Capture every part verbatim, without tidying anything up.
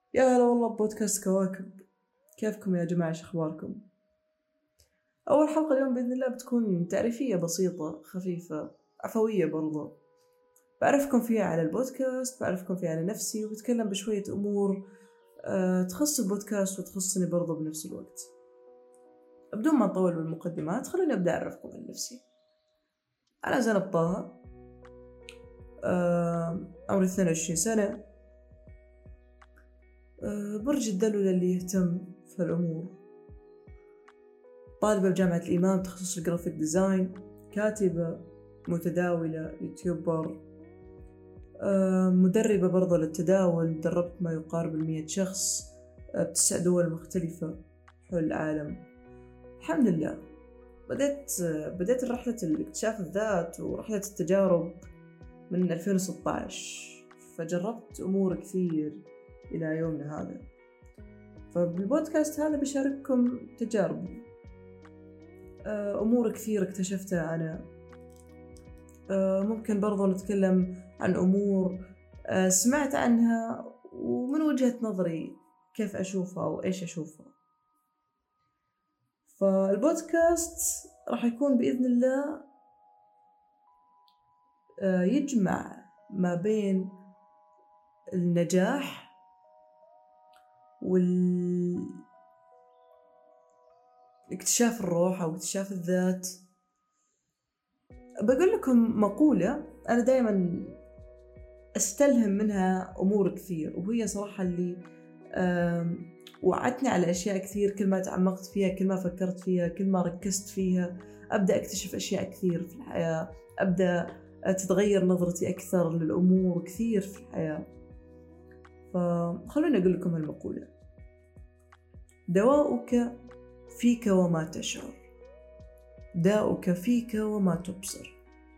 يا هلا والله بودكاست كواكب. كيفكم يا جماعة؟ شو أخباركم؟ أول حلقة اليوم بإذن الله بتكون تعريفية بسيطة خفيفة عفوية برضو، بعرفكم فيها على البودكاست، بعرفكم فيها على نفسي، وبتكلم بشوية أمور أه تخص البودكاست وتخصني برضو بنفس الوقت. بدون ما نطول بالمقدمات خلوني أبدأ أعرفكم عن نفسي. أنا زينب طه، أه عمري اثنين وعشرين سنة، أه برج الدلو للي يهتم في الأمور، طالبة بجامعة الإمام تخصص الجرافيك ديزاين، كاتبة، متداولة، يوتيوبر، آه، مدربة برضه للتداول، دربت ما يقارب المية شخص آه، بتسع دول مختلفة حول العالم. الحمد لله بدأت آه، بدأت رحلة الاكتشاف الذات ورحلة التجارب من ألفين وستة عشر، فجربت أمور كثير إلى يومنا هذا. فبالبودكاست هذا بشارككم تجاربي، أمور كثير اكتشفتها أنا. ممكن برضو نتكلم عن أمور سمعت عنها ومن وجهة نظري كيف أشوفها أو إيش أشوفها. فالبودكاست راح يكون بإذن الله يجمع ما بين النجاح والاكتشاف الروح أو اكتشاف الذات. بقول لكم مقولة أنا دائما أستلهم منها أمور كثير، وهي صراحة اللي وعدتني على أشياء كثير. كل ما تعمقت فيها، كل ما فكرت فيها، كل ما ركزت فيها، أبدأ أكتشف أشياء كثير في الحياة، أبدأ تتغير نظرتي أكثر للأمور كثير في الحياة. فخلوني أقول لكم هالمقولة: دواؤك فيك وما تشعر، داؤك فيك وما تبصر،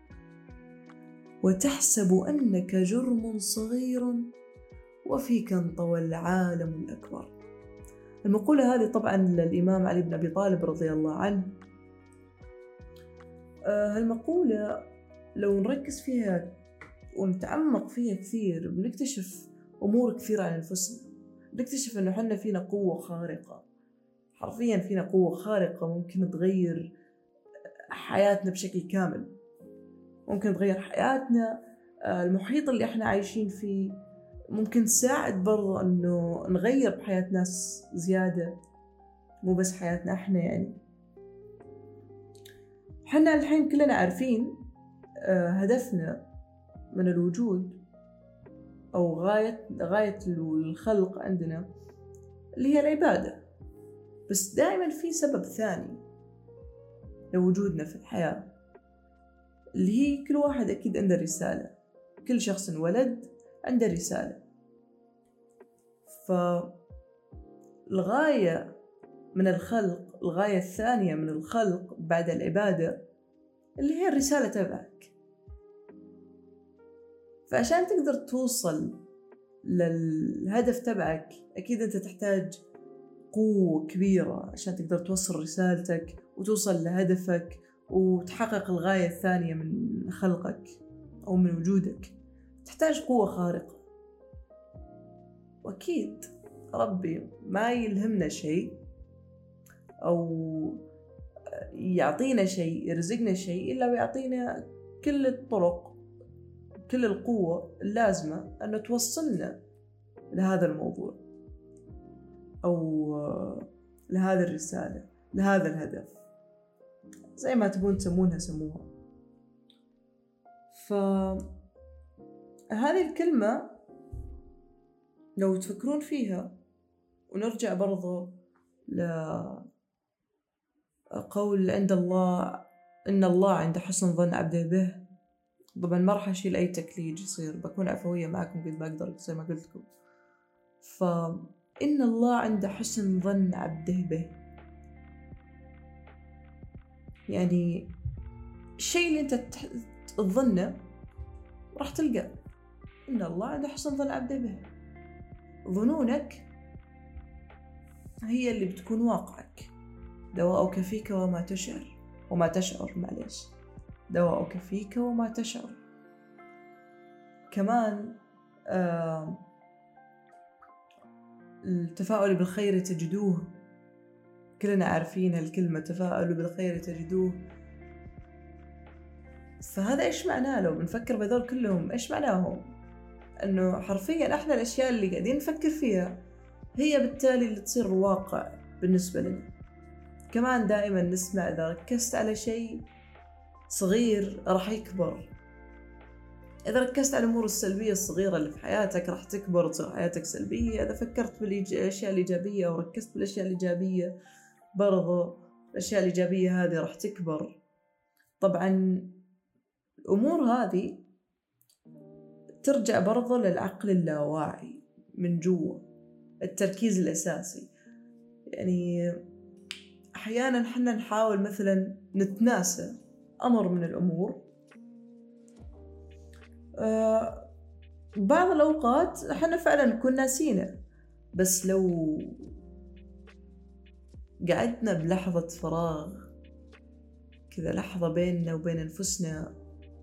وتحسب أنك جرم صغير وفيك انطوى العالم الأكبر. المقولة هذه طبعا للإمام علي بن أبي طالب رضي الله عنه. آه هالمقولة لو نركز فيها ونتعمق فيها كثير بنكتشف أمور كثيرة عن أنفسنا. نكتشف أنه حنا فينا قوة خارقة، حرفيا فينا قوة خارقة ممكن تغير حياتنا بشكل كامل، ممكن تغير حياتنا، المحيط اللي احنا عايشين فيه، ممكن تساعد برضو انه نغير بحياة ناس زيادة، مو بس حياتنا احنا. يعني حنا الحين كلنا عارفين هدفنا من الوجود او غاية غاية الخلق عندنا اللي هي العبادة، بس دائما في سبب ثاني لوجودنا في الحياة، اللي هي كل واحد أكيد عنده رسالة، كل شخص انولد عنده رسالة. فالغاية من الخلق، الغاية الثانية من الخلق بعد العبادة اللي هي الرسالة تبعك. فعشان تقدر توصل للهدف تبعك أكيد أنت تحتاج قوة كبيرة عشان تقدر توصل رسالتك وتوصل لهدفك وتحقق الغاية الثانية من خلقك أو من وجودك. تحتاج قوة خارقة، وأكيد ربي ما يلهمنا شيء أو يعطينا شيء، يرزقنا شيء، إلا ويعطينا كل الطرق، كل القوة اللازمة أنه توصلنا لهذا الموضوع أو لهذه الرسالة، لهذا الهدف، زي ما تبون تسمونها سموها. فهذه الكلمة لو تفكرون فيها، ونرجع برضو لقول عند الله إن الله عند حسن ظن عبده به. طبعا ما راح أشيل أي تكليج يصير، بكون عفوية معكم قد ما أقدر زي ما قلت لكم. فإن الله عند حسن ظن عبده به، يعني الشيء اللي أنت تظنه راح تلقى. إن الله عند حسن ظن عبده به، ظنونك هي اللي بتكون واقعك. دواؤك فيك وما تشعر وما تشعر معليش دواؤك فيك وما تشعر. كمان آه التفاؤل بالخير تجدوه، كلنا عارفين هالكلمة، تفاؤلوا بالخير تجدوه. فهذا إيش معناه لو بنفكر بذول كلهم؟ إيش معناهم؟ أنه حرفيا إحنا الأشياء اللي قاعدين نفكر فيها هي بالتالي اللي تصير واقع بالنسبة لنا. كمان دائما نسمع إذا ركزت على شيء صغير راح يكبر، إذا ركزت على الأمور السلبية الصغيرة اللي في حياتك راح تكبر وتصير حياتك سلبية، إذا فكرت بالأشياء الإيجابية وركزت بالأشياء الإيجابية برضو الأشياء الإيجابية هذه راح تكبر. طبعا الأمور هذه ترجع برضو للعقل اللاواعي من جوا، التركيز الأساسي. يعني أحيانا حنا نحاول مثلا نتناسى أمر من الأمور، أه بعض الأوقات حنا فعلا نكون ناسينه، بس لو قعدنا بلحظة فراغ كذا، لحظة بيننا وبين أنفسنا،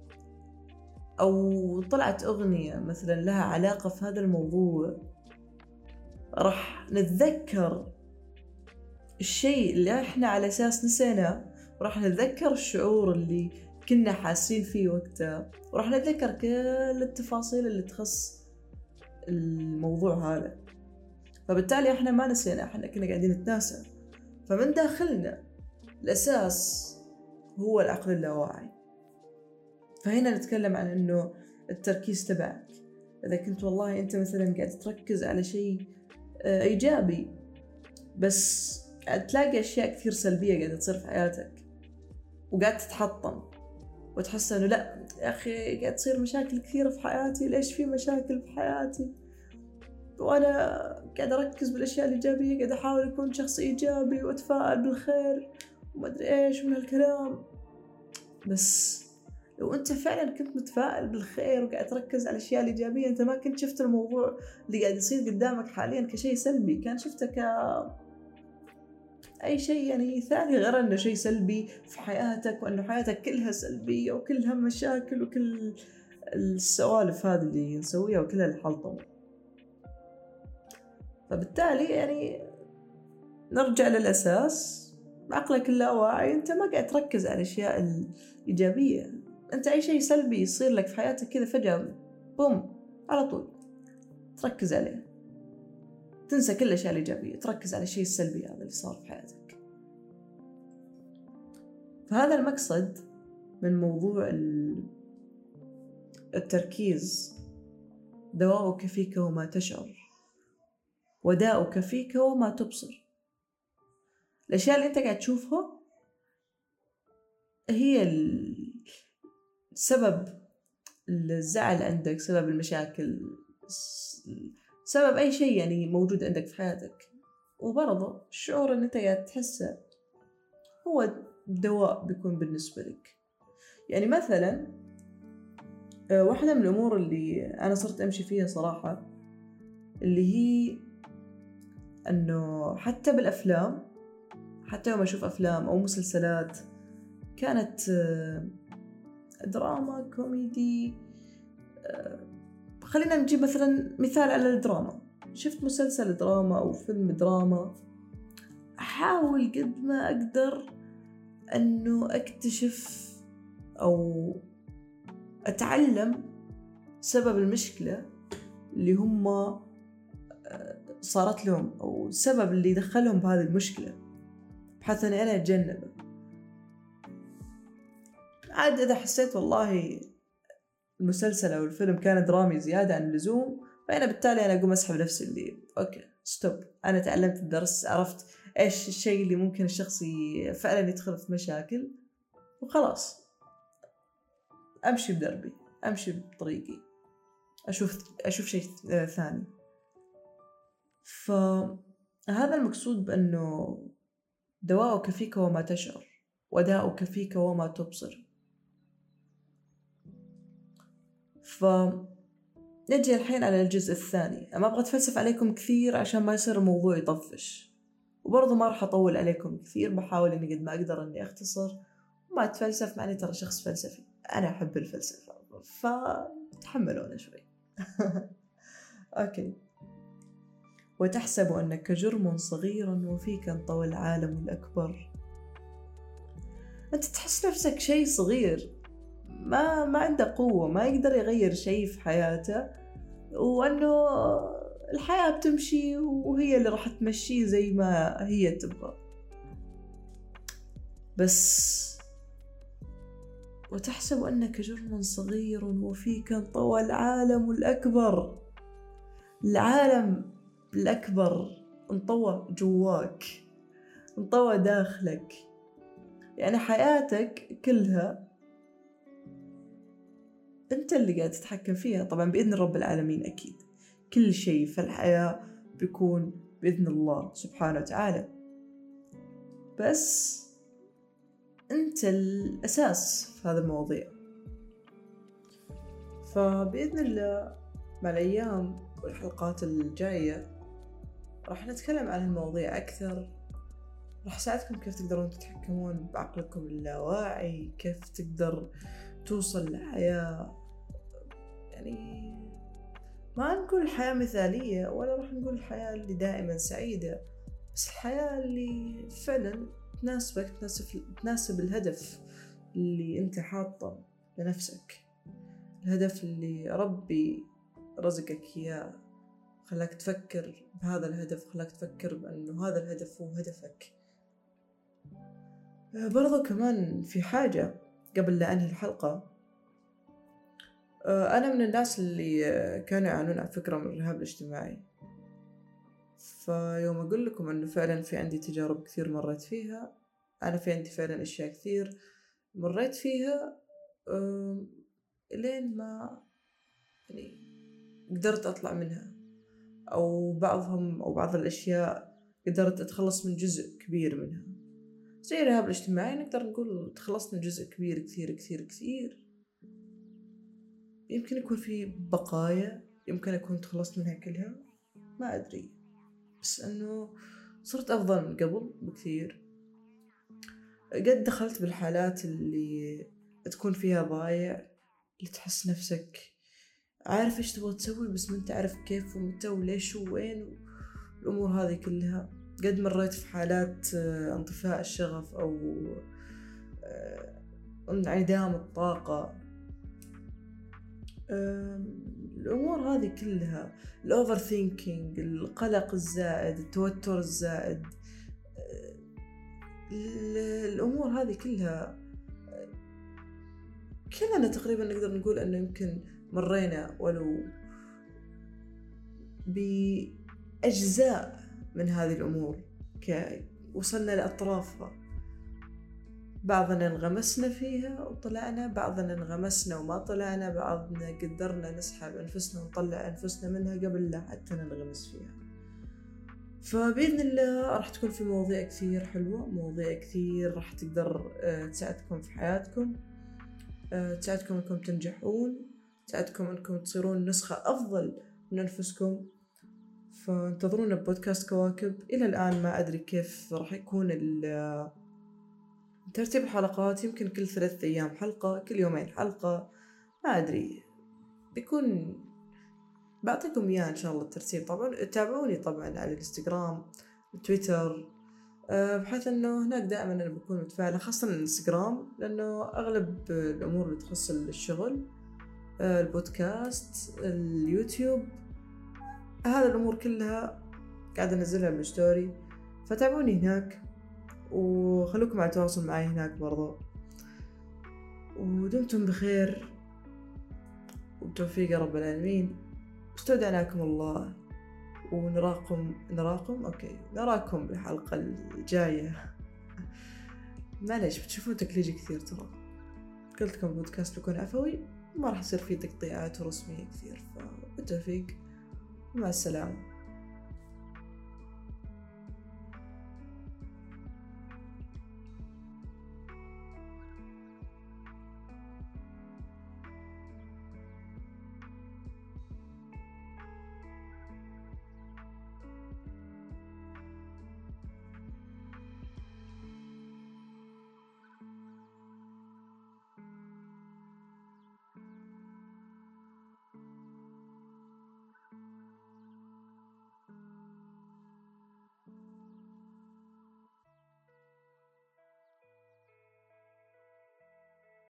أو طلعت أغنية مثلا لها علاقة في هذا الموضوع، راح نتذكر الشيء اللي احنا على أساس نسيناه، وراح نتذكر الشعور اللي كنا حاسين فيه وقتها، وراح نتذكر كل التفاصيل اللي تخص الموضوع هذا. فبالتالي احنا ما نسينا، احنا كنا قاعدين نتناسى. فمن داخلنا الأساس هو العقل اللاواعي. فهنا نتكلم عن انه التركيز تبعك، اذا كنت والله انت مثلا قاعد تركز على شيء ايجابي، بس قاعد تلاقي اشياء كثير سلبية قاعدة تصير في حياتك، وقاعد تتحطم وتحس انه لا يا اخي قاعد تصير مشاكل كثيرة في حياتي، ليش في مشاكل في حياتي وانا قاعد اركز بالاشياء الايجابية، قاعد احاول اكون شخص ايجابي واتفائل بالخير وما ادري ايش من هالكلام. بس لو أنت فعلا كنت متفائل بالخير وقاعد تركز على الأشياء الإيجابية، أنت ما كنت شفت الموضوع اللي قاعد يصير قدامك حاليا كشيء سلبي، كان شفته ك أي شيء يعني ثاني غير أنه شيء سلبي في حياتك، وأنه حياتك كلها سلبية وكلها مشاكل وكل السوالف هذه اللي نسويها وكلها الحلطمة. فبالتالي يعني نرجع للأساس، بعقلك اللاواعي أنت ما قاعد تركز على الأشياء الإيجابية، أنت أي شيء سلبي يصير لك في حياتك كذا فجأة بوم على طول تركز عليه، تنسى كل الأشياء الإيجابية، تركز على الشيء السلبي هذا اللي صار في حياتك. فهذا المقصد من موضوع التركيز. دواؤك فيك وما تشعر، وداؤك فيك وما تبصر. الأشياء اللي أنت قاعد تشوفها هي سبب الزعل عندك، سبب المشاكل، سبب أي شيء يعني موجود عندك في حياتك. وبرضه الشعور اللي أنت قاعد تحسه هو دواء بيكون بالنسبة لك. يعني مثلا واحدة من الأمور اللي أنا صرت أمشي فيها صراحة، اللي هي أنه حتى بالأفلام، حتى يوم أشوف أفلام أو مسلسلات كانت دراما كوميدي، خلينا نجيب مثلا مثال على الدراما، شفت مسلسل دراما أو فيلم دراما، أحاول قد ما أقدر أنه أكتشف أو أتعلم سبب المشكلة اللي هم صارت لهم، أو السبب اللي دخلهم بهذه المشكلة، بحيث أني أنا أتجنبه. عاد إذا حسيت والله المسلسل أو الفيلم كان درامي زيادة عن اللزوم، فأنا بالتالي أنا أقوم أسحب نفسي، اللي أوكي ستوب، أنا تعلمت الدرس، عرفت إيش الشيء اللي ممكن الشخص فعلا يدخل في مشاكل، وخلاص أمشي بدربي، أمشي بطريقي، أشوف أشوف شيء ثاني. فهذا المقصود بأنه دواؤك فيك وما تشعر، وداؤك فيك وما تبصر. فنجي الحين على الجزء الثاني. أنا ما أبغى أتفلسف عليكم كثير عشان ما يصير الموضوع يطفش، وبرضه ما راح أطول عليكم كثير، بحاول إني قد ما أقدر إني أختصر وما أتفلسف، معني ترى شخص فلسفي، أنا أحب الفلسفة، فتحملونا شوي. أوكي، وتحسب أنك جرم صغير وفيك انطوى العالم الأكبر. أنت تحس نفسك شيء صغير ما ما عنده قوة، ما يقدر يغير شيء في حياته، وأنه الحياة بتمشي وهي اللي راح تمشيه زي ما هي تبغى. بس وتحسب أنك جرم صغير وفيك انطوى العالم الأكبر. العالم الأكبر انطوى جواك، انطوى داخلك. يعني حياتك كلها أنت اللي قاعد تتحكم فيها، طبعا بإذن رب العالمين. أكيد كل شيء في الحياة بيكون بإذن الله سبحانه وتعالى، بس أنت الأساس في هذا المواضيع. فبإذن الله مع الأيام والحلقات الجاية راح نتكلم عن المواضيع أكثر، راح أساعدكم كيف تقدرون تتحكمون بعقلكم اللاواعي، كيف تقدر توصل لحياة، يعني ما نقول الحياة مثالية ولا راح نقول الحياة اللي دائما سعيدة، بس الحياة اللي فعلا تناسبك، تناسب, تناسب الهدف اللي انت حاطه لنفسك، الهدف اللي ربي رزقك إياه، خلاك تفكر بهذا الهدف، خلاك تفكر بأنه هذا الهدف هو هدفك. برضو كمان في حاجة قبل لا أنهي الحلقة، أنا من الناس اللي كانوا يعانون على فكرة من الرهاب الاجتماعي، فيوم أقول لكم أنه فعلا في عندي تجارب كثير مريت فيها، أنا في عندي فعلا أشياء كثير مريت فيها لين ما يعني قدرت أطلع منها، أو بعضهم أو بعض الأشياء قدرت أتخلص من جزء كبير منها. زي الرهاب الاجتماعي نقدر نقول تخلصت من جزء كبير كثير كثير كثير، يمكن يكون في بقايا، يمكن أكون تخلصت منها كلها، ما أدري، بس أنه صرت أفضل من قبل بكثير. قد دخلت بالحالات اللي تكون فيها ضايع، اللي تحس نفسك عارف إيش تبغى تسوي بس ما أنت عارف كيف ومتى وليش ووين والأمور هذه كلها. قد مريت في حالات انطفاء الشغف أو انعدام الطاقة، الأمور هذه كلها، الأوفر ثينكينج، القلق الزائد، التوتر الزائد، الأمور هذه كلها كلنا تقريبا نقدر نقول أنه يمكن مرينا ولو بأجزاء من هذه الأمور، وصلنا لأطرافها. بعضنا انغمسنا فيها وطلعنا، بعضنا انغمسنا وما طلعنا، بعضنا قدرنا نسحب أنفسنا ونطلع أنفسنا منها قبل لا حتى ننغمس فيها. فبإذن الله راح تكون في مواضيع كثير حلوة، مواضيع كثير راح تقدر تساعدكم في حياتكم، تساعدكم أنكم تنجحون، تساعدكم أنكم تصيرون نسخة أفضل من أنفسكم. فانتظرونا ببودكاست كواكب. إلى الآن ما أدري كيف راح يكون ترتيب الحلقات، يمكن كل ثلاثة أيام حلقة، كل يومين حلقة، ما أدري، بيكون بعطيكم إياه إن شاء الله الترتيب. طبعا تابعوني طبعا على الانستغرام وتويتر، بحيث أنه هناك دائما أنا بكون متفاعلة، خاصة الانستغرام لأنه أغلب الأمور اللي تخص الشغل، البودكاست، اليوتيوب، هذه الأمور كلها قاعدة أنزلها بالستوري، فتابعوني هناك وخلوكم على تواصل معي هناك برضو. ودمتم بخير وبتوفيق رب العالمين، استودعناكم الله، ونراكم نراكم أوكي نراكم بالحلقة الجاية. معليش بتشوفون تكليجي كثير، ترى قلت لكم البودكاست بيكون عفوي، ما راح يصير فيه تقطيعات ورسمية كثير. فبالتوفيق، مع السلامة.